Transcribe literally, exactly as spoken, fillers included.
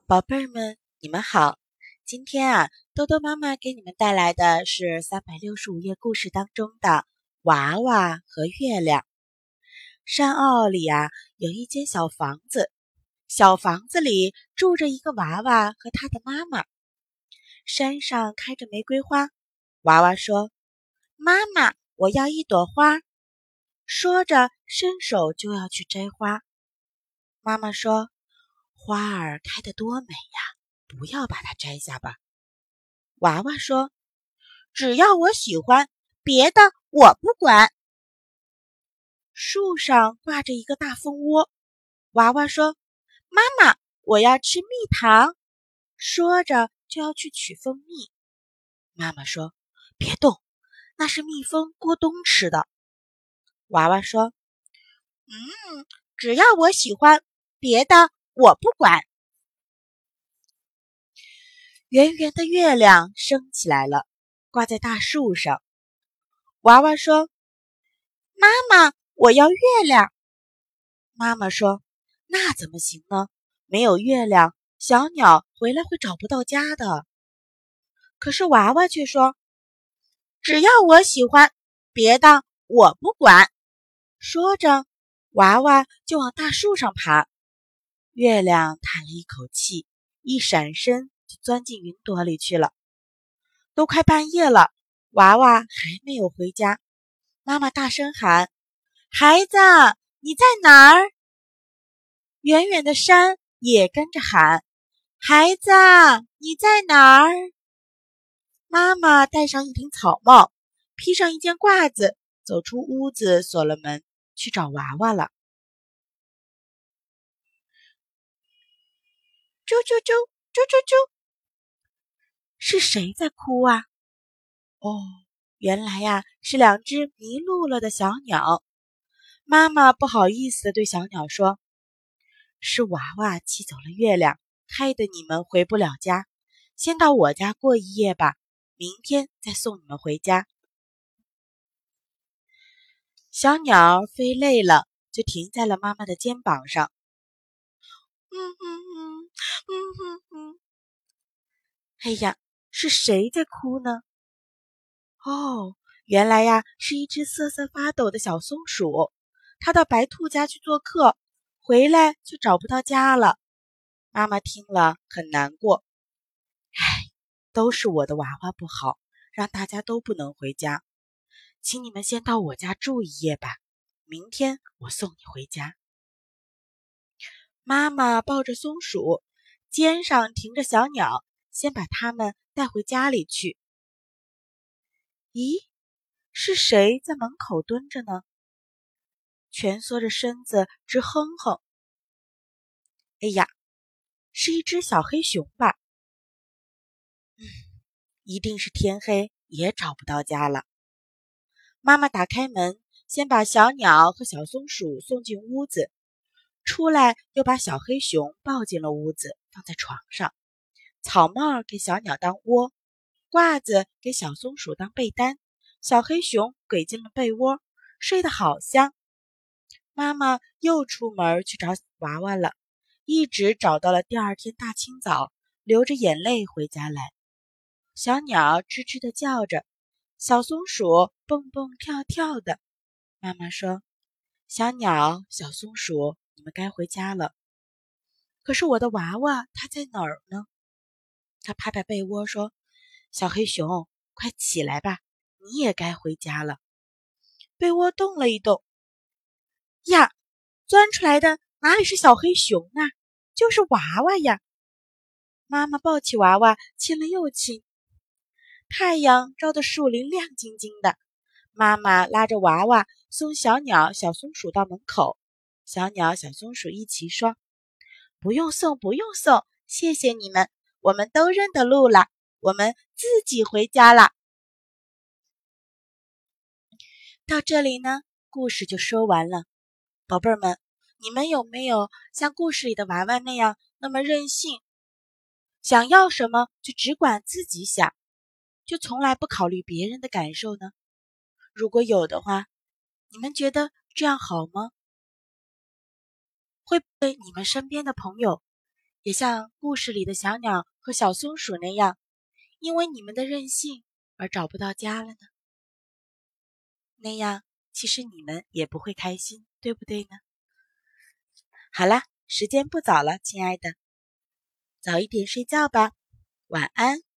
宝贝儿们，你们好！今天啊，豆豆妈妈给你们带来的是三百六十五页故事当中的娃娃和月亮。山坳里啊，有一间小房子，小房子里住着一个娃娃和他的妈妈。山上开着玫瑰花，娃娃说：“妈妈，我要一朵花。”说着，伸手就要去摘花。妈妈说：“花儿开得多美呀，不要把它摘下吧。”娃娃说：“只要我喜欢，别的我不管。”树上挂着一个大蜂窝，娃娃说：“妈妈，我要吃蜜糖。”说着就要去取蜂蜜。妈妈说：“别动，那是蜜蜂过冬吃的。”娃娃说：“嗯，只要我喜欢，别的我不管。”圆圆的月亮升起来了，挂在大树上。娃娃说：“妈妈，我要月亮。”妈妈说：“那怎么行呢？没有月亮，小鸟回来会找不到家的。”可是娃娃却说：“只要我喜欢，别的我不管。”说着，娃娃就往大树上爬。月亮叹了一口气，一闪身就钻进云朵里去了。都快半夜了，娃娃还没有回家。妈妈大声喊：“孩子，你在哪儿？”远远的山也跟着喊：“孩子，你在哪儿？”妈妈戴上一顶草帽，披上一件褂子，走出屋子，锁了门，去找娃娃了。啾啾啾，啾啾啾，是谁在哭啊？哦，原来呀，是两只迷路了的小鸟。妈妈不好意思地对小鸟说：“是娃娃气走了月亮，害得你们回不了家。先到我家过一夜吧，明天再送你们回家。”小鸟飞累了，就停在了妈妈的肩膀上。嗯嗯嗯嗯嗯嗯。哎呀，是谁在哭呢？哦，原来呀，是一只瑟瑟发抖的小松鼠。它到白兔家去做客，回来就找不到家了。妈妈听了很难过。唉，都是我的娃娃不好，让大家都不能回家。请你们先到我家住一夜吧，明天我送你回家。妈妈抱着松鼠，肩上停着小鸟，先把它们带回家里去。咦，是谁在门口蹲着呢？蜷缩着身子直哼哼。哎呀，是一只小黑熊吧？嗯，一定是天黑也找不到家了。妈妈打开门，先把小鸟和小松鼠送进屋子，出来又把小黑熊抱进了屋子，放在床上。草帽给小鸟当窝，褂子给小松鼠当被单，小黑熊滚进了被窝，睡得好香。妈妈又出门去找娃娃了，一直找到了第二天大清早，流着眼泪回家来。小鸟吱吱地叫着，小松鼠蹦蹦跳跳的。妈妈说：“小鸟、小松鼠，你们该回家了。”可是我的娃娃它在哪儿呢？他拍拍被窝说：“小黑熊，快起来吧，你也该回家了。”被窝动了一动，呀，钻出来的哪里是小黑熊啊，就是娃娃呀！妈妈抱起娃娃，亲了又亲。太阳照得树林亮晶晶的，妈妈拉着娃娃送小鸟、小松鼠到门口。小鸟、小松鼠一起说：“不用送，不用送，谢谢你们，我们都认得路了，我们自己回家了。”到这里呢，故事就说完了。宝贝儿们，你们有没有像故事里的娃娃那样那么任性，想要什么就只管自己想，就从来不考虑别人的感受呢？如果有的话，你们觉得这样好吗？会不会你们身边的朋友也像故事里的小鸟和小松鼠那样，因为你们的任性而找不到家了呢？那样，其实你们也不会开心，对不对呢？好啦，时间不早了，亲爱的，早一点睡觉吧，晚安。